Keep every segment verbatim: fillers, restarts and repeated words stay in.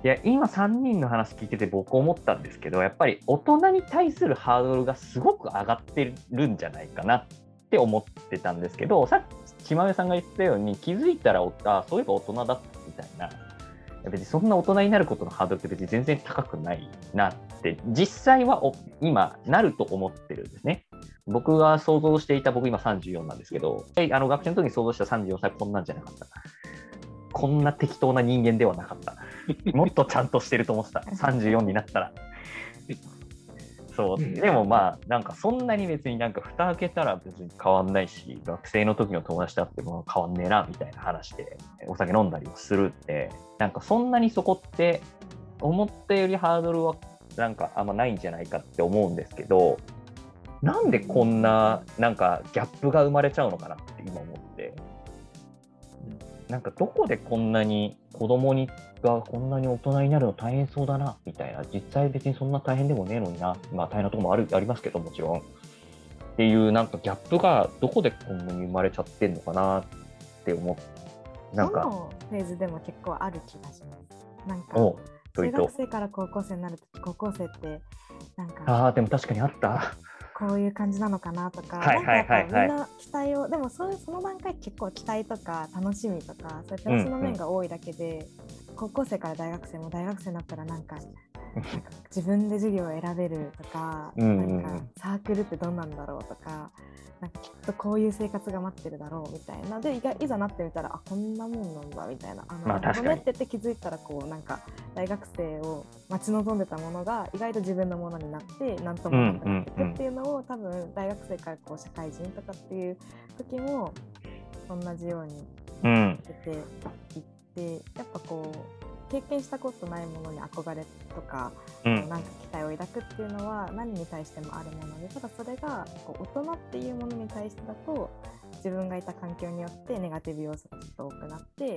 いや今さんにんの話聞いてて僕思ったんですけど、やっぱり大人に対するハードルがすごく上がってるんじゃないかなって思ってたんですけど、さっきちまめさんが言ったように気づいたらあそういえば大人だったみたいな、別にそんな大人になることのハードルって別に全然高くないなって実際は今なると思ってるんですね。僕が想像していた、僕今さんじゅうよんなんですけど、あの学生の時に想像したさんじゅうよんさいこんなんじゃなかった。こんな適当な人間ではなかった。もっとちゃんとしてると思ってた。さんじゅうよんになったら。そう。でもまあ、なんかそんなに別になんか蓋開けたら別に変わんないし、学生の時の友達だっても変わんねえなみたいな話でお酒飲んだりもするんで、なんかそんなにそこって思ったよりハードルはなんかあんまないんじゃないかって思うんですけど、なんでこんななんかギャップが生まれちゃうのかなって今思って、なんかどこでこんなに子供にがこんなに大人になるの大変そうだなみたいな、実際別にそんな大変でもねえのにな、まあ大変なところもあるありますけどもちろんっていう、なんかギャップがどこでこんなに生まれちゃってんのかなって思って、なんかどのフェーズでも結構ある気がします。なんか中学生から高校生になるとき、高校生ってなんかああでも確かにあったこういう感じなのかなとか、 はいはいはいはい、 なんかやっぱみんな期待を、でもそういうその段階結構期待とか楽しみとかそういうプラスの面が多いだけで、うんうん、高校生から大学生も大学生になったらなんかなんか自分で授業を選べるとか、うんうん、なんかサークルってどんなんだろうとか、なんかきっとこういう生活が待ってるだろうみたいなで、いざなってみたらあこんなもんなんだみたいな、あの、まあ、確かにってって気づいたらこうなんか大学生を待ち望んでたものが意外と自分のものになって何ともなくなっていくっていうのを、うんうんうん、多分大学生からこう社会人とかっていう時も同じように出ていって、うん、やっぱこう経験したことないものに憧れとか、うん、なんか期待を抱くっていうのは何に対してもあるもので、ただそれがこう大人っていうものに対してだと自分がいた環境によってネガティブ要素がちょっと多くなって、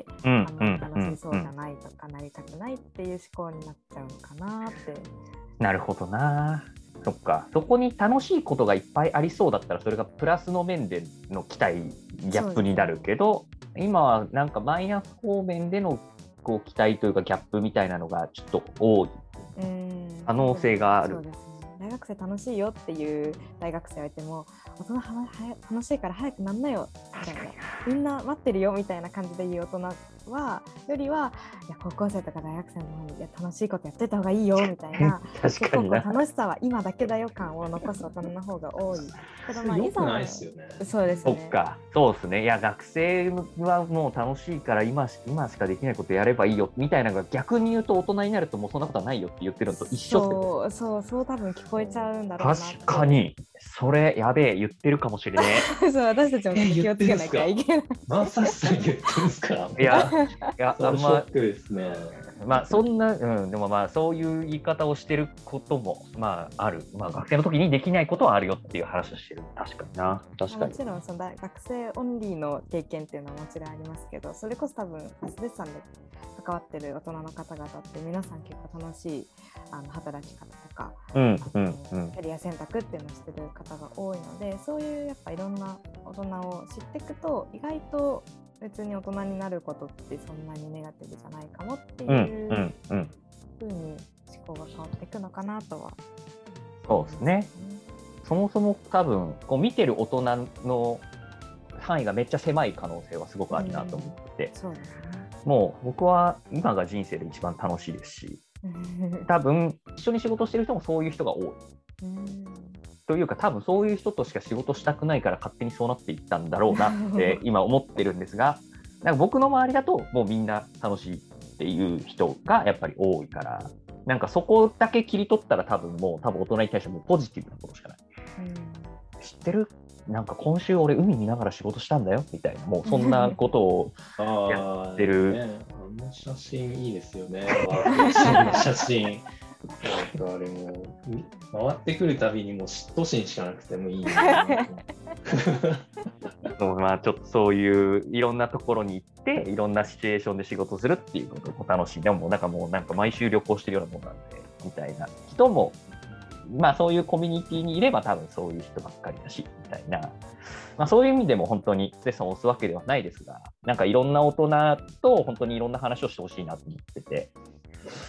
うん、あんまり楽しそうじゃないとか、うん、なりたくないっていう思考になっちゃうのかなって。 なるほどな。そっか、そこに楽しいことがいっぱいありそうだったらそれがプラスの面での期待ギャップになるけど、今はなんかマイナス方面でのこう期待というかギャップみたいなのがちょっと多い可能性がある。 そうですね、大学生楽しいよっていう大学生がいても大人は楽しいから早くなんなよみたいな、みんな待ってるよみたいな感じで言う大人はよりは、いや高校生とか大学生の方にいや楽しいことやってた方がいいよみたいな確かにな、 楽しさは今だけだよ感を残す大人の方が多い。 けどまあいざないですよね。 そうですね。 そっか、そうですね。いや学生はもう楽しいから今し今しかできないことやればいいよみたいなのが逆に言うと大人になるともうそんなことはないよって言ってるのと一緒ってことです。 そうそうそう多分聞こえちゃうんだろうな。 確かにそれやべえ言ってるかもしれねえ。そう私たちも気をつけなきゃいけない。 まさしさん言ってるんですか。 いやいやあんまショックですね。 まあそんな、うん、でもまあそういう言い方をしてることもまあある、まあ、学生の時にできないことはあるよっていう話をしてる。確かにな、確かに。 もちろんその学生オンリーの経験っていうのはもちろんありますけど、それこそ多分アスデスさんで関わってる大人の方々って皆さん結構楽しいあの働き方とか、 うんうんうん、 キャリア選択っていうのをしてる方が多いので、そういうやっぱいろんな大人を知っていくと意外と別に大人になることってそんなにネガティブじゃないかもっていう風に思考が変わっていくのかなとは、 そうですね。そもそも多分こう見てる大人の範囲がめっちゃ狭い可能性はすごくあるなと思ってて、 うん、そうですね、 もう僕は今が人生で一番楽しいですし多分一緒に仕事してる人もそういう人が多い、うん、というか多分そういう人としか仕事したくないから勝手にそうなっていったんだろうなって今思ってるんですが、なんか僕の周りだともうみんな楽しいっていう人がやっぱり多いから、なんかそこだけ切り取ったら多分もう多分大人に対してもポジティブなことしかない、うん、知ってる？なんか今週俺海見ながら仕事したんだよみたいな、もうそんなことをやってるね、あの写真いいですよね。写真なんかあれも回ってくるたびにもう嫉妬心しかなくてもいいなまあちょっとそういういろんなところに行っていろんなシチュエーションで仕事するっていうことを楽しい。でもなんかもうなんか毎週旅行してるようなもんなんでみたいな人もまあそういうコミュニティにいれば多分そういう人ばっかりだしみたいな、まあ、そういう意味でも本当にセッションを押すわけではないですが、なんかいろんな大人と本当にいろんな話をしてほしいなと思ってて、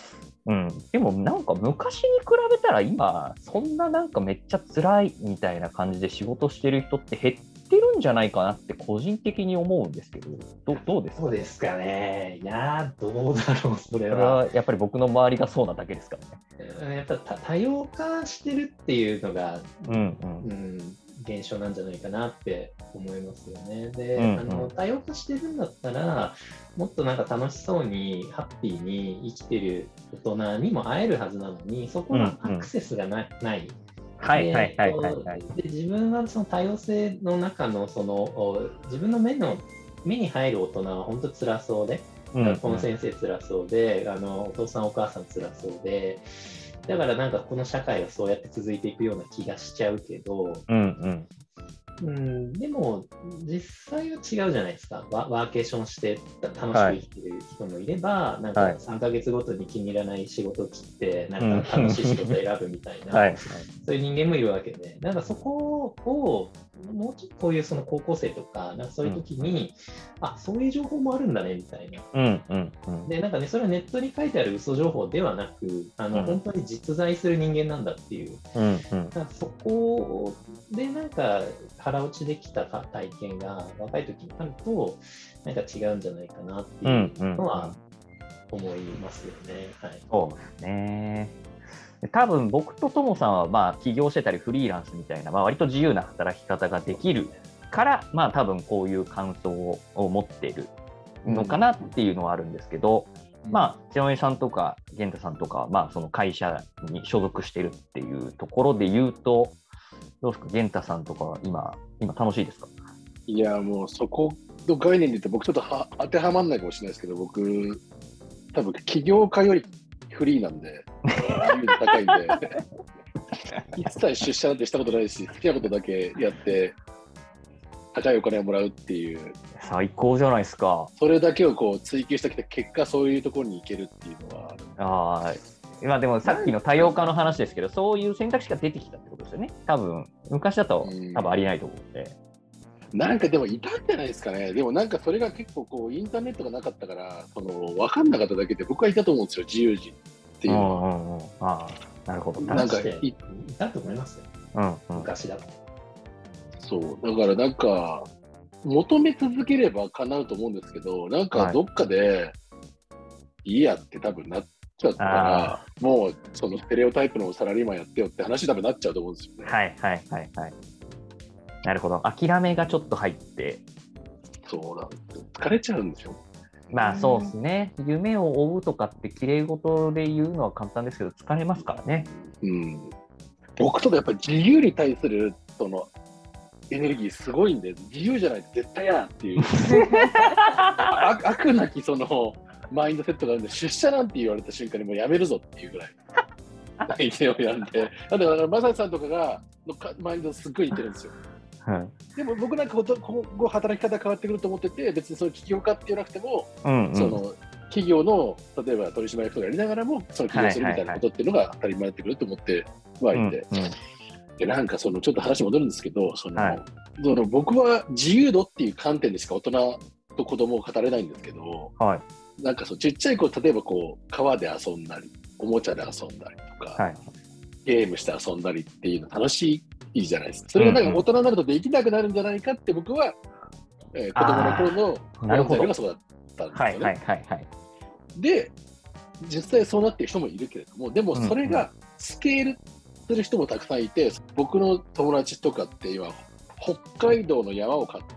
うん、でもなんか昔に比べたら今そんななんかめっちゃ辛いみたいな感じで仕事してる人って減ってるんじゃないかなって個人的に思うんですけど、ど, どうですか？ そうですかね。いやー、どうだろう、それそれは。 はやっぱり僕の周りがそうなだけですからね。 やっぱ多様化してるっていうのが、 うんうんうん現象なんじゃないかなって思いますよね。で、 うんうん、 あの多様化してるんだったら、もっとなんか楽しそうにハッピーに生きてる大人にも会えるはずなのに、そこのアクセスがな,、ない。 はいはいはいはいはい。 で自分はその多様性の中のその自分の目の目に入る大人は本当辛そうで、 うんうん、 この先生辛そうで、あのお父さんお母さん辛そうで。だからなんかこの社会はそうやって続いていくような気がしちゃうけど、 うんうんうん、でも実際は違うじゃないですか。ワ, ワーケーションして楽しく生きてる人もいれば、はい、なんかさんかげつごとに気に入らない仕事を切ってなんか楽しい仕事を選ぶみたいな、はい、そういう人間もいるわけで、なんかそこをもうちょっとこういうその高校生とか、なんかそういう時に、うん、あ、そういう情報もあるんだねみたいな。 うんうんうん、 で、なんかね、それはネットに書いてある嘘情報ではなく、あの、うん、本当に実在する人間なんだっていう、うんうん、そこでなんか腹落ちできた体験が若い時にあると、なんか違うんじゃないかなっていうのは思いますよね。はい、 そうですね。多分僕とともさんはまあ起業してたりフリーランスみたいな、まあ、割と自由な働き方ができるから、まあ多分こういう感想を持っているのかなっていうのはあるんですけど、うん、まあ千代さんとか玄太さんとか、まあその会社に所属してるっていうところで言うと、どうですか、玄太さんとかは今今楽しいですか？ いやもうそこの概念で言って僕ちょっとは当てはまらないかもしれないですけど、僕多分起業家よりフリーなんで、高いんで一切出社なんてしたことないし、好きなことだけやって高いお金をもらうっていう、 最高じゃないですか。 それだけをこう追求してきた結果、そういうところに行けるっていうのはある。あ今でもさっきの多様化の話ですけど、そういう選択肢が出てきたってことですよね。多分昔だと多分ありえないと思うんで、 なんかでもいたんじゃないですかね。でもなんかそれが結構こうインターネットがなかったから、その分かんなかっただけで僕はいたと思うんですよ、自由人っていうのは。 うんうんうん、あなるほど。 なんかいたと思いますよ、 うんうん、 昔だと。 そうだからなんか求め続ければ叶うと思うんですけど、なんかどっかでいいやって多分なっちゃったら、はい、もうそのステレオタイプのサラリーマンやってよって話に多分なっちゃうと思うんですよね。 はいはいはいはい。なるほど。諦めがちょっと入って。 そうなんです。疲れちゃうんですよ。 まあそうですね。夢を追うとかって綺麗事で言うのは簡単ですけど、疲れますからね。 うん。僕とかやっぱり自由に対するそのエネルギーすごいんで、自由じゃないと絶対やっていう悪なきそのマインドセットがあるんで、出社なんて言われた瞬間にもうやめるぞっていうぐらい相手をやんで、だからマサさんとかがのかマインドすっごい似てるんですよ。はい、でも僕なんか今後働き方変わってくると思ってて、別にその起業家って言わなくても、うんうん、その企業の例えば取締役とかやりながらもその起業するみたいなことっていうのが当たり前になってくると思ってはいて、うんうん、でなんかそのちょっと話戻るんですけど、その、はい、その僕は自由度っていう観点でしか大人と子供を語れないんですけど、はい、なんかそうちっちゃい子、例えばこう川で遊んだりおもちゃで遊んだりとか、はい、ゲームして遊んだりっていうの楽しいいいじゃないですか。それがなんか大人になるとできなくなるんじゃないかって僕は、えー、子供の頃の問題がそうだったんですよね。はいはいはいはい、で、実際そうなっている人もいるけれども、でもそれがスケールする人もたくさんいて、僕の友達とかって今、北海道の山を買って、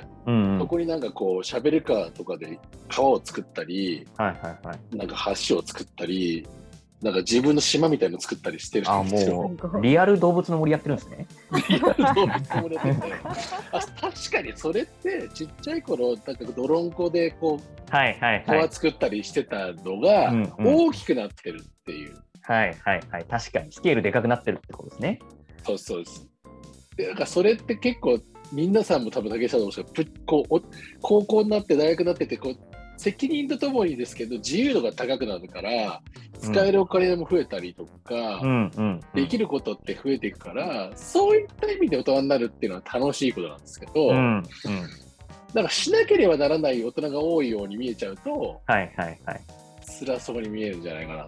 うんうん、そこになんかこうシャベルカーとかで川を作ったり、はいはいはい、なんか橋を作ったり、なんか自分の島みたいなの作ったりしてるんですよ。 あ、もうリアル動物の森やってるんですね。 リアル動物の森やっててあ、確かにそれってちっちゃい頃なんか泥んこでこう、はいはいはい、川作ったりしてたのが大きくなってるっていう、うんうん、 はいはいはい、確かにスケールでかくなってるってことですね。 そうそうです。でなんかそれって結構皆さんも多分竹下さんもこう高校になって大学になっててこう責任とともにですけど自由度が高くなるから使えるお金も増えたりとか、うんうんうん、できることって増えていくからそういった意味で大人になるっていうのは楽しいことなんですけど、うんうん、だからしなければならない大人が多いように見えちゃうと、はいはいはい、辛そうに見えるんじゃないかな。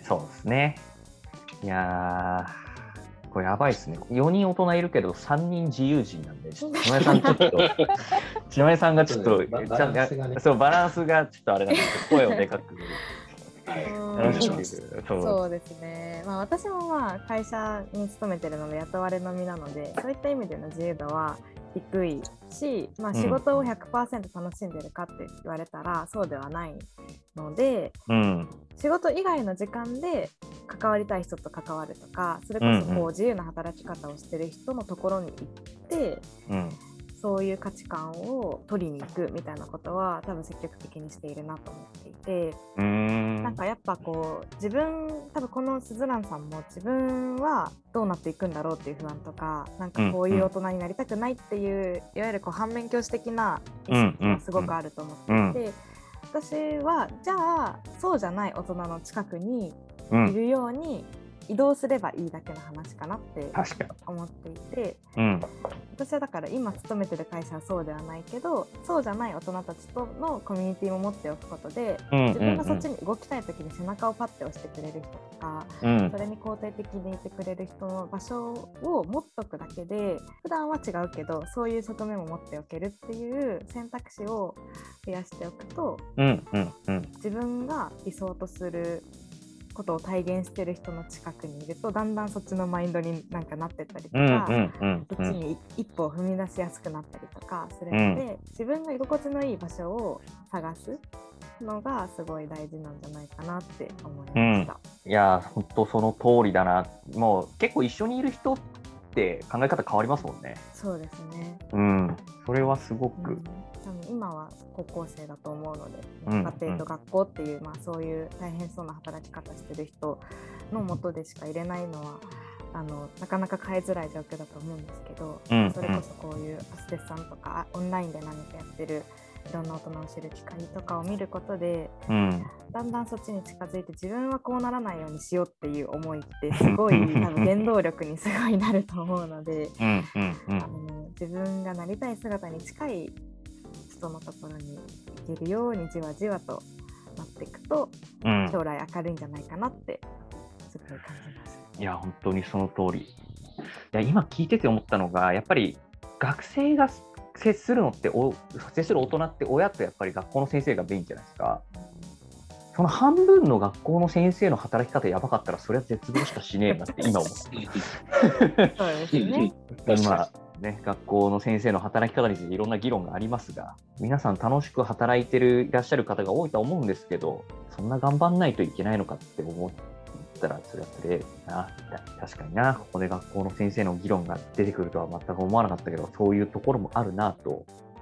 そうですね。いやー、これやばいですね。よにん大人いるけどさんにん自由人なんで、ちょっと島根さんちょっと、島根さんがちょっと、 そうねババランスがねそうバランスがちょっとあれなんですけど、声をでかく。 はいうんお願いしますそうそうですね、まあ、私もまあ会社に勤めてるので雇われの身なので、そういった意味での自由度は低いし、まあ、仕事を ひゃくパーセント 楽しんでるかって言われたらそうではないので、 うん仕事以外の時間で関わりたい人と関わるとか、それこそうんうこうん自由な働き方をしてる人のところに行ってうんそういう価値観を取りに行くみたいなことは多分積極的にしているなと思っていて、 うーんなんかやっぱこう自分多分このすずらんさんも自分はどうなっていくんだろうっていう不安とか、なんかこういう大人になりたくないっていう、いわゆるこう反面教師的な意識がすごくあると思っていて、私はじゃあそうじゃない大人の近くにうんいるように移動すればいいだけの話かなって確かに。 思っていて、 うん私はだから今勤めてる会社はそうではないけど、そうじゃない大人たちとのコミュニティも持っておくことで、 うん自分がそっちに動きたい時に背中をパッて押してくれる人とか、 うんそれに肯定的にいてくれる人の場所を持っとくだけで、普段は違うけどそういう側面も持っておけるっていう選択肢を増やしておくと、 うんうんうん自分が理想とすることを体現してる人の近くにいると、だんだんそっちのマインドになんかなってったりとうんか、 うんうんそっちに一歩を踏み出しやすくなったりとかするので、 うん自分が居心地のいい場所を探すのがすごい大事なんじゃないかなって思いました。 いやー本当その通りだな。もう結構一緒にいる人って考え方変わりますもんね。 そうですね。 うんそれはすごうくん、多分今は高校生だと思うので、 うん家庭と学校っていう、まあ、そういう大変そうな働き方してる人のもとでしか入れないのはあのなかなか変えづらい状況だと思うんですけど、 うんそれこそこういうホステスさんとかオンラインで何かやってるいろんな大人を知る機会とかを見ることで、 うんだんだんそっちに近づいて、自分はこうならないようにしようっていう思いってすごい多分原動力にすごいなると思うので、 うんうんうんあの自分がなりたい姿に近い人のところに行けるようにじわじわとなっていくと、 うん将来明るいんじゃないかなってすごい感じます。 いや本当にその通り。いや今聞いてて思ったのが、やっぱり学生が接するのってお接する大人って親とやっぱり学校の先生がメインじゃないですか。その半分の学校の先生の働き方やばかったらそれは絶望しかしねえなって今思ってそうですね。 今ね、学校の先生の働き方についていろんな議論がありますが、皆さん楽しく働いてるいらっしゃる方が多いとは思うんですけど、そんな頑張んないといけないのかって思ったらそれはそれな。確かにな、ここで学校の先生の議論が出てくるとは全く思わなかったけど、そういうところもあるなと